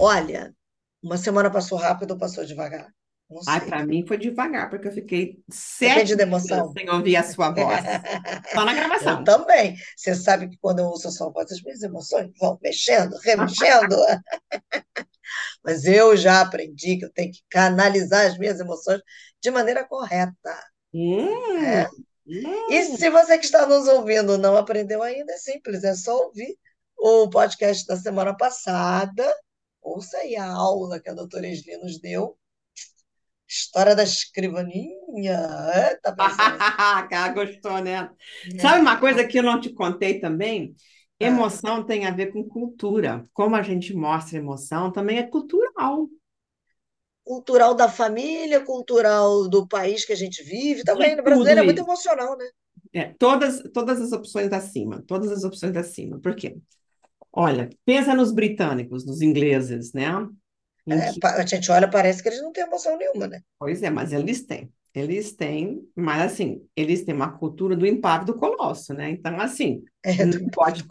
Olha, uma semana passou rápido ou passou devagar? Não Ai, sei. para mim foi devagar, porque eu fiquei Depende 7 dias da emoção. sem ouvir a sua voz. Só na Eu gravação. também. Você sabe que quando eu ouço a sua voz, as minhas emoções vão mexendo, remexendo. Mas eu já aprendi que eu tenho que canalizar as minhas emoções de maneira correta. Hum, Né? E hum. se você que está nos ouvindo não aprendeu ainda, é simples, é só ouvir o podcast da semana passada. Ouça aí a aula que a doutora Esli nos deu. História da escrivaninha. Eita, pensando. Cara, gostou, né? Sabe É, uma coisa que eu não te contei também? ah, Emoção tem a ver com cultura. Como a gente mostra emoção também é cultural. cultural da família, cultural do país que a gente vive também. De O brasileiro tudo é muito isso. emocional, né? Todas as opções acima. Todas as opções acima. Por quê? Olha, pensa nos britânicos, nos ingleses, né? Em É, que, a gente olha, parece que eles não têm emoção nenhuma, né? pois é, mas eles têm. Eles têm, mas assim, eles têm uma cultura do impacto do colosso, né? Então, assim, É, não pode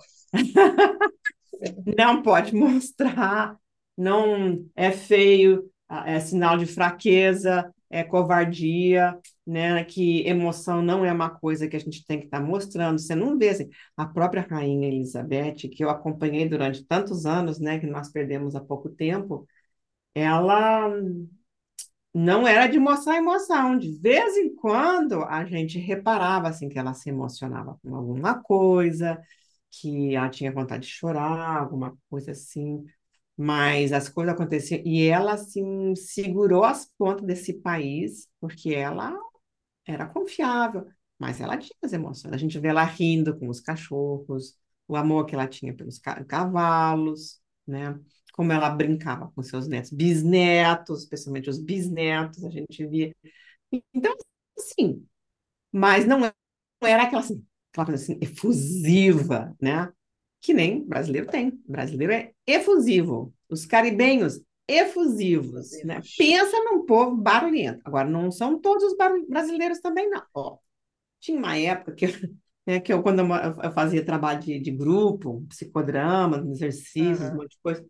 não pode mostrar, não é feio, é sinal de fraqueza, é covardia, né? Que emoção não é uma coisa que a gente tem que estar mostrando. Você não vê assim, a própria Rainha Elizabeth, que eu acompanhei durante tantos anos, né? Que nós perdemos há pouco tempo, ela não era de mostrar emoção. De vez em quando a gente reparava assim que ela se emocionava com alguma coisa, que ela tinha vontade de chorar, alguma coisa assim. Mas as coisas aconteciam e ela assim segurou as pontas desse país porque ela era confiável, mas ela tinha as emoções. A gente vê ela rindo com os cachorros, o amor que ela tinha pelos cavalos, né? Como ela brincava com seus netos, bisnetos, especialmente os bisnetos, a gente via. Então, assim, mas não era aquela coisa assim, efusiva, né? Que nem brasileiro tem. Brasileiro é efusivo. Os caribenhos, efusivos, né? Inclusivos. Pensa num povo barulhento. Agora, não são todos os brasileiros também, não. Ó, tinha uma época que, que eu quando eu fazia trabalho de grupo, psicodrama, exercícios, um Aham. monte de coisa,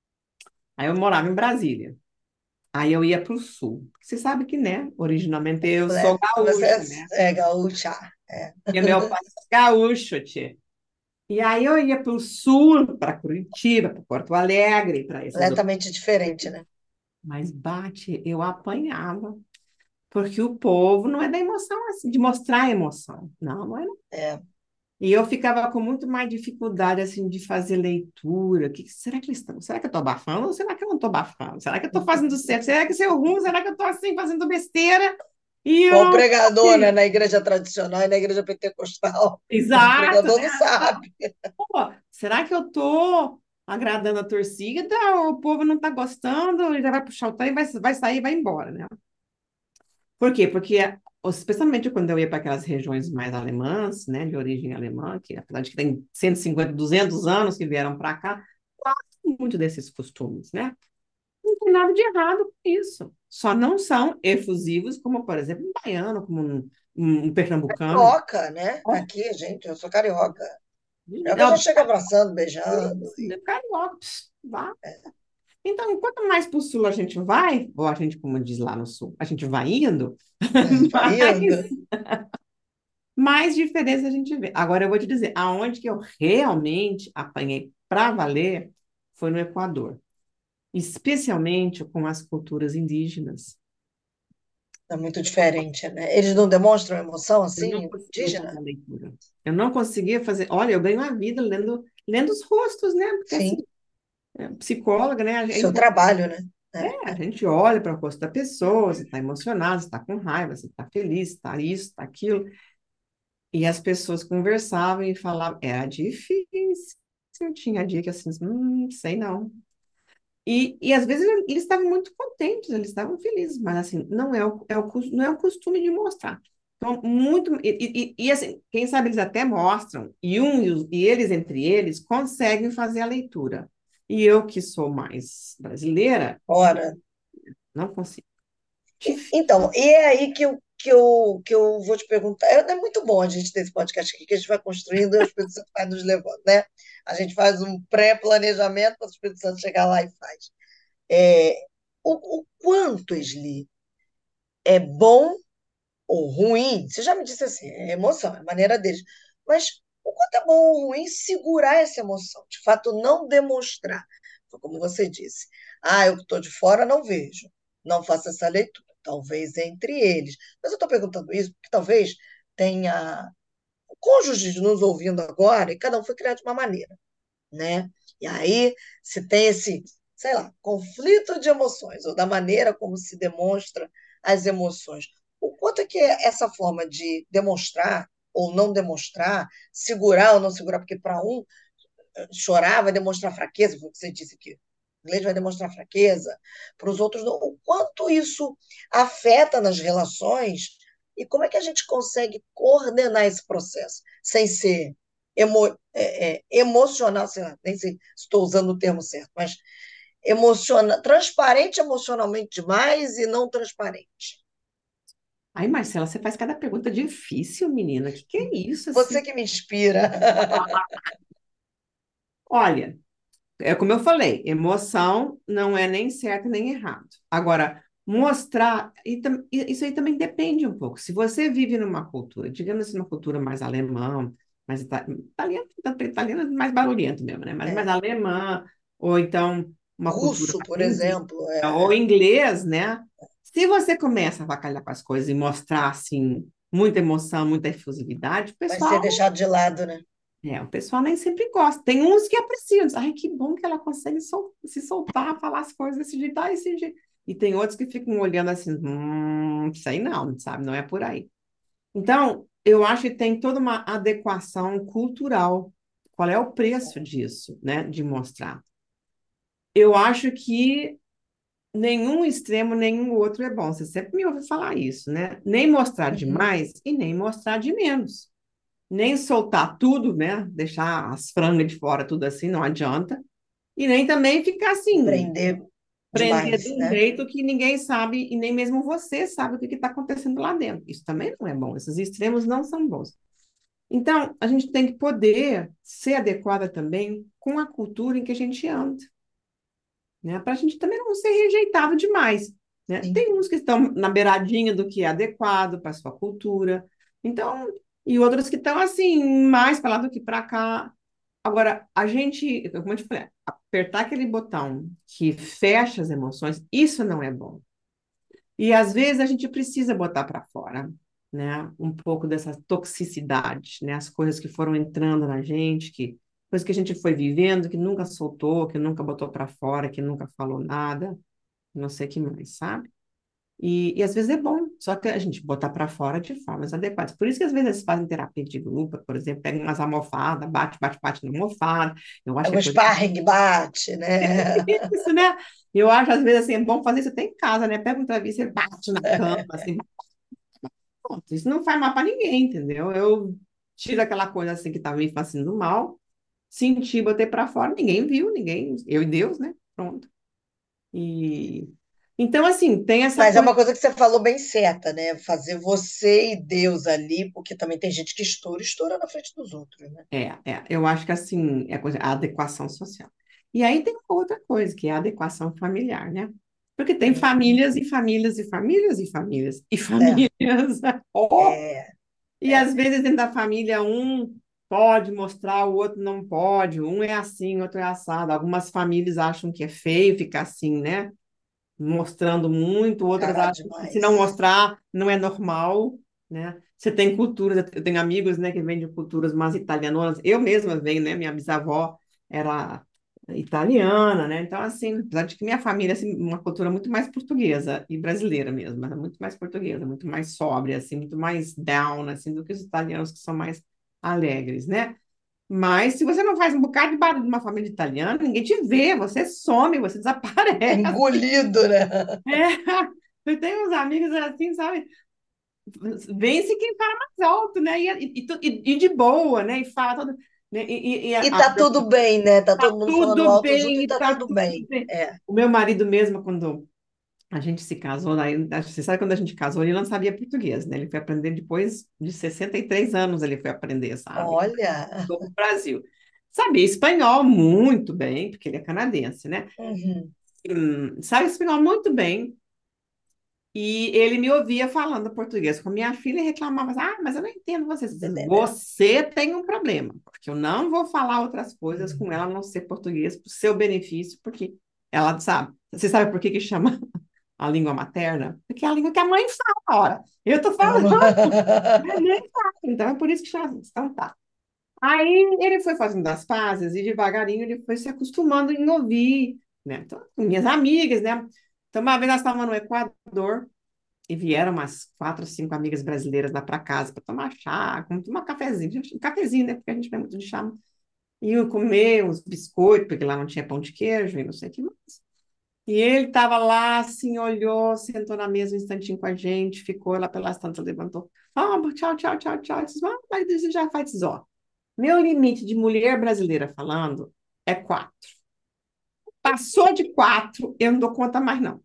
aí eu morava em Brasília. Aí eu ia para o sul. Você sabe que, né? Originalmente eu sou Você gaúcha, né? é gaúcha. É. E meu pai é gaúcho, tia. E aí eu ia para o sul, para Curitiba, para Porto Alegre, para essas outras. Completamente diferente, né? Mas bate, eu apanhava, porque o povo não é da emoção, assim, de mostrar emoção. Não, não é. Não. É. E eu ficava com muito mais dificuldade assim de fazer leitura. Será que eles estão? Será que eu estou abafando ou será que eu não estou abafando? Será que eu estou fazendo certo? Será que isso é ruim? Será que eu estou assim fazendo besteira? E eu Igual o não pregador, né? sei. Na igreja tradicional e na igreja pentecostal. O Exato, pregador né? não sabe. Pô, será que eu tô agradando a torcida? Ou o povo não tá gostando, ele já vai puxar o trem, vai sair e vai embora, né? Por quê? Porque, especialmente quando eu ia para aquelas regiões mais alemãs, né, de origem alemã, que apesar de que tem 150, 200 anos que vieram para cá, gostam muito desses costumes, né? Não tem nada de errado com isso. Só não são efusivos, como, por exemplo, um baiano, como um pernambucano. Carioca, né? Aqui, gente, eu sou carioca. É, Carioca já chega abraçando, beijando. é carioca, vá. Então, quanto mais para o sul a gente vai, ou a gente, como diz lá no sul, a gente vai indo, A gente vai indo. mais diferença a gente vê. Agora, eu vou te dizer, aonde que eu realmente apanhei para valer foi no Equador, especialmente com as culturas indígenas. É muito diferente, né? Eles não demonstram emoção Eu não assim, conseguia fazer indígena? a leitura. Eu não conseguia fazer. Olha, eu ganho a vida lendo os rostos, né? Porque assim, Sim, psicóloga, né? o seu trabalho, né? É. A gente olha para o rosto da pessoa, se está emocionado, se está com raiva, se está feliz, se está isso, está aquilo. E as pessoas conversavam e falavam, era difícil. Tinha dia que assim, sei não. E às vezes eles estavam muito contentes, eles estavam felizes, mas assim, não é o costume de mostrar. Então, assim, quem sabe eles até mostram, e eles entre eles conseguem fazer a leitura. E eu, que sou mais brasileira, Ora, não consigo. então, e é aí que eu vou te perguntar. É muito bom a gente ter esse podcast aqui, que a gente vai construindo e o Espírito Santo vai nos levando, né? A gente faz um pré-planejamento para o Espírito Santo chegar lá e faz. É, o quanto, Esli, é bom ou ruim, você já me disse assim, é emoção, é maneira deles, mas o quanto é bom ou ruim segurar essa emoção, de fato não demonstrar. Foi como você disse, eu que estou de fora não vejo, não faço essa leitura, talvez entre eles. Mas eu estou perguntando isso porque talvez tenha cônjuges nos ouvindo agora e cada um foi criado de uma maneira, né? E aí se tem esse, sei lá, conflito de emoções, ou da maneira como se demonstra as emoções. O quanto é que essa forma de demonstrar ou não demonstrar, segurar ou não segurar, porque para um chorar vai demonstrar fraqueza, foi o que você disse aqui. O inglês vai demonstrar fraqueza, para os outros não. O quanto isso afeta nas relações e como é que a gente consegue coordenar esse processo sem ser emocional, sei lá, nem sei se estou usando o termo certo, mas transparente emocionalmente demais e não transparente. Ai, Marcela, você faz cada pergunta difícil, menina. Que é isso, Você assim? que me inspira. Olha, é como eu falei, emoção não é nem certo nem errado. Agora, mostrar, isso aí também depende um pouco. Se você vive numa cultura, digamos assim, uma cultura mais alemã, mais italiana é mais barulhento mesmo, né? Mas mais É. alemã, ou então uma cultura Russo, mais por inglesa, exemplo, ou inglês, né? Se você começa a avacalhar com as coisas e mostrar, assim, muita emoção, muita efusividade, o vai ser pessoal deixado de lado, né? o pessoal nem sempre gosta. Tem uns que apreciam, diz, ai, que bom que ela consegue se soltar, falar as coisas desse jeito, desse jeito. E tem outros que ficam olhando assim, isso aí não, sabe? Não é por aí. Então, eu acho que tem toda uma adequação cultural. Qual é o preço disso, né? De mostrar. Eu acho que nenhum extremo, nenhum outro é bom. Você sempre me ouve falar isso, né? Nem mostrar Uhum. demais e nem mostrar de menos. Nem soltar tudo, né? Deixar as frangas de fora, tudo assim, não adianta. E nem também ficar assim, Prender prender de demais, um né? jeito que ninguém sabe e nem mesmo você sabe o que está acontecendo lá dentro. Isso também não é bom. Esses extremos não são bons. Então, a gente tem que poder ser adequada também com a cultura em que a gente anda, né? Para a gente também não ser rejeitado demais, né? Sim. Tem uns que estão na beiradinha do que é adequado para a sua cultura, então, e outros que estão assim, mais para lá do que para cá. Agora, a gente, como eu te falei, apertar aquele botão que fecha as emoções, isso não é bom. E às vezes a gente precisa botar para fora, né? Um pouco dessa toxicidade, né? As coisas que foram entrando na gente, que coisas que a gente foi vivendo, que nunca soltou, que nunca botou para fora, que nunca falou nada, não sei o que mais, sabe? E às vezes é bom, só que a gente botar para fora de formas adequadas. Por isso que às vezes eles fazem terapia de grupo, por exemplo, pegam umas almofadas, bate, bate, bate na almofada. Eu acho que O é coisa sparring bate, né? isso, né? Eu acho às vezes assim, é bom fazer isso até em casa, né? Pega um travesseiro, bate na cama, assim, pronto. Isso não faz mal para ninguém, entendeu? Eu tiro aquela coisa assim que estava me fazendo mal, senti, botei para fora, ninguém viu, ninguém, eu e Deus, né? Pronto. E então, assim, tem essa Mas é coisa. uma coisa que você falou bem certa, né? Fazer você e Deus ali, porque também tem gente que estoura na frente dos outros, né? Eu acho que assim, é a adequação social. E aí tem outra coisa, que é a adequação familiar, né? Porque tem Hum, famílias e famílias e famílias e famílias e É, famílias. Oh! é, E às vezes dentro da família um pode mostrar, o outro não pode, um é assim, outro é assado. Algumas famílias acham que é feio ficar assim, né? Mostrando muito, outras cará acham que se não demais. mostrar não é normal, né? Você tem culturas, eu tenho amigos, né, que vêm de culturas mais italianas. Eu mesma venho, né? Minha bisavó era italiana, né? Então, assim, apesar de que minha família é assim, uma cultura muito mais portuguesa e brasileira mesmo, mas é muito mais portuguesa, muito mais sóbria, assim, muito mais down, assim, do que os italianos que são mais alegres, né? Mas se você não faz um bocado de barulho numa família italiana, ninguém te vê, você some, você É desaparece. engolido, né? É, eu tenho uns amigos assim, sabe? Vence quem fala mais alto, né? E de boa, né? E fala todo, né? E tá tudo bem, né? Tá Tá todo mundo falando tudo alto junto bem, e e tá tá tudo tudo bem. bem. É. O meu marido mesmo, quando a gente se casou, aí, você sabe quando a gente casou, ele não sabia português, né? Ele foi aprender depois de 63 anos, ele foi aprender, sabe? Olha. Do Brasil. Sabia espanhol muito bem, porque ele é canadense, né? Uhum. sabe espanhol muito bem. E ele me ouvia falando português com minha filha e reclamava, assim, mas eu não entendo você. Entendeu? Você tem um problema, porque eu não vou falar outras coisas com Uhum. ela a não ser português para o seu benefício, porque ela sabe. Você sabe por que que chama a língua materna? Porque é a língua que a mãe fala, ora. Eu tô falando, minha mãe fala. Então é por isso que chama. Então tá. Aí ele foi fazendo as pazes e devagarinho ele foi se acostumando em ouvir, né? Então, minhas amigas, né? Então, uma vez nós estávamos no Equador e vieram umas 4 ou 5 amigas brasileiras lá para casa para tomar chá, tomar um cafezinho, né? Porque a gente não é muito de chá. E eu comer os biscoitos, porque lá não tinha pão de queijo e não sei o que mais. E ele estava lá, assim, olhou, sentou na mesa um instantinho com a gente, ficou lá pelas tantas, levantou. Tchau, tchau, tchau, tchau. Eu disse, mas isso já faz, ó. Meu limite de mulher brasileira falando é 4. Passou de 4, eu não dou conta mais, não.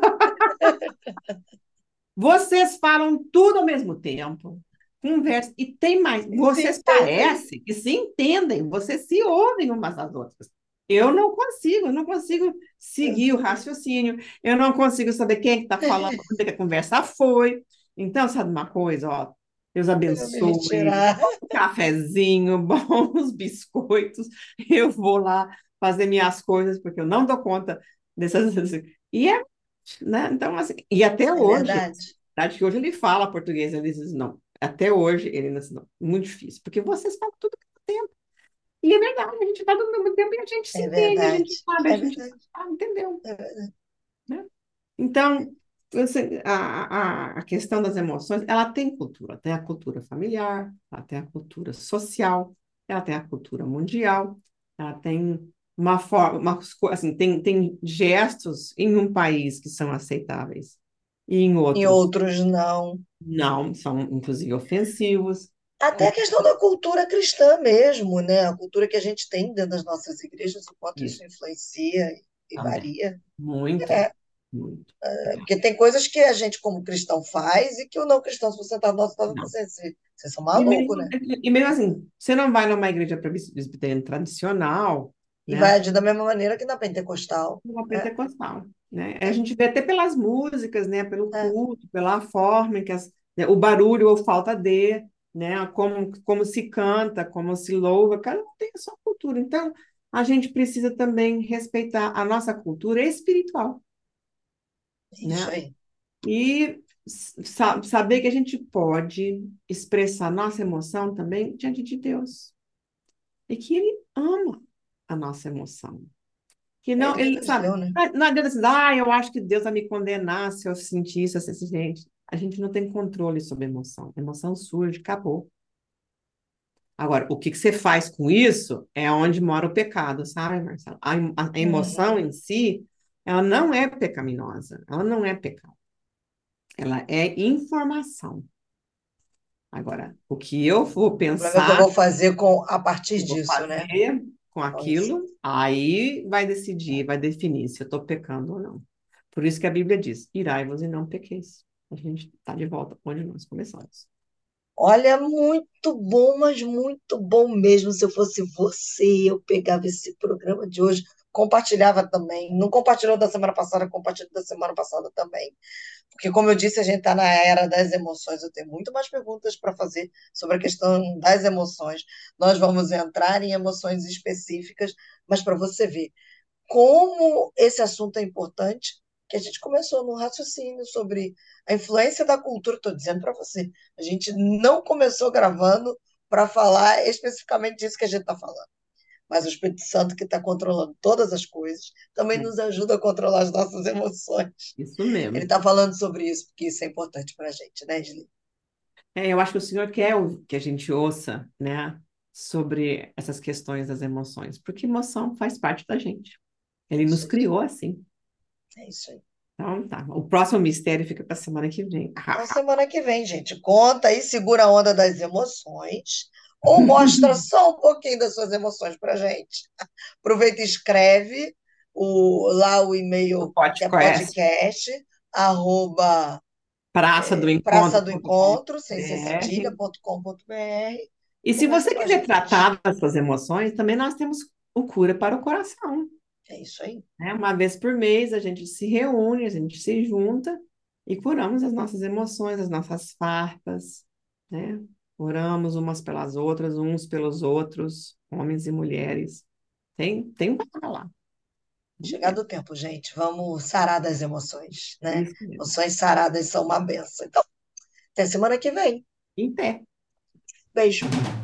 Vocês falam tudo ao mesmo tempo, conversam, e tem mais. E se Vocês entendem. parecem que se entendem, vocês se ouvem umas às outras. Eu não consigo seguir o raciocínio, eu não consigo saber quem é que está falando, onde é que a conversa foi. Então, sabe uma coisa, ó, Deus Eu vou me abençoe, retirar. bom cafezinho, bons biscoitos, eu vou lá fazer minhas coisas, porque eu não dou conta dessas. E é, né? Então, assim, e até É hoje, verdade. verdade que hoje ele fala português, ele diz, não, até hoje ele não, não, muito difícil, porque vocês falam tudo ao mesmo tempo. E é verdade, a gente fala tudo ao mesmo tempo e a gente se É entende, a gente verdade. sabe, a É gente verdade. entendeu, É verdade. né? Então, a questão das emoções, ela tem cultura, tem a cultura familiar, ela tem a cultura social, ela tem a cultura mundial, ela tem uma forma, assim, tem gestos em um país que são aceitáveis e em E outros outros não. não, são inclusive ofensivos. Até a questão da cultura cristã mesmo, né? A cultura que a gente tem dentro das nossas igrejas, o quanto isso Isso influencia e também. varia. Muito, É, muito. porque tem coisas que a gente, como cristão, faz e que o não cristão, se você está do nosso lado, Não. vocês são E malucos, mesmo, né? e mesmo assim, você não vai numa igreja presbiteriana tradicional, E vai né? agir da mesma maneira que na pentecostal. Uma É, pentecostal, né? A gente vê até pelas músicas, né? Pelo é, culto, pela forma em que né? O barulho ou falta de, né? Como se canta, como se louva, cada um tem a sua cultura. Então, a gente precisa também respeitar a nossa cultura espiritual, é isso né? aí. E saber que a gente pode expressar nossa emoção também diante de Deus. E que Ele ama a nossa emoção. Que É não, ele que ele, nos sabe, deu, né? não adianta dizer, eu acho que Deus vai me condenar se eu sentir isso, assim, gente. A gente não tem controle sobre a emoção. A emoção surge, acabou. Agora, o que que você faz com isso é onde mora o pecado, sabe, Marcelo? A emoção Uhum. em si, ela não é pecaminosa, ela não é pecado. Ela é informação. Agora, o que eu vou O problema é o que eu pensar, vou fazer a partir eu vou disso, né? fazer com Com isso. aquilo, aí vai decidir, vai definir se eu estou pecando ou não. Por isso que a Bíblia diz: irai-vos e não pequeis. A gente está de volta onde nós começamos. Olha, muito bom, mas muito bom mesmo. Se eu fosse você, eu pegava esse programa de hoje, compartilhava também. Não compartilhou da semana passada, compartilhou da semana passada também. Porque, como eu disse, a gente está na era das emoções. Eu tenho muito mais perguntas para fazer sobre a questão das emoções. Nós vamos entrar em emoções específicas, mas para você ver como esse assunto é importante, que a gente começou no raciocínio sobre a influência da cultura. Estou dizendo para você, a gente não começou gravando para falar especificamente disso que a gente está falando. Mas o Espírito Santo, que está controlando todas as coisas, também É, nos ajuda a controlar as nossas emoções. isso Ele mesmo. está falando sobre isso, porque isso é importante para a gente, né, Isli? Eu acho que o Senhor quer que a gente ouça, né, sobre essas questões das emoções, porque emoção faz parte da gente. É Ele nos isso aí. criou assim. É isso aí. Então, tá. O próximo mistério fica para a semana que vem. Então, semana que vem, gente, conta aí, segura a onda das emoções, ou mostra só um pouquinho das suas emoções para gente. Aproveita e escreve lá o O e-mail que é podcast podcast, arroba Praça do praça do Encontro.com.br. encontro, sem ser cedilha.com.br, E e se conversa você com a quiser gente. tratar das suas emoções, também nós temos o Cura para o Coração. É isso aí. Né? Uma vez por mês a gente se reúne, a gente se junta e curamos as nossas emoções, as nossas farpas, né? Oramos umas pelas outras, uns pelos outros, homens e mulheres. Tem um papel lá. Vamos ver. Chegado o tempo, gente. Vamos sarar das emoções, né? Isso mesmo. Emoções saradas são uma benção. Então, até semana que vem. Em pé. Beijo.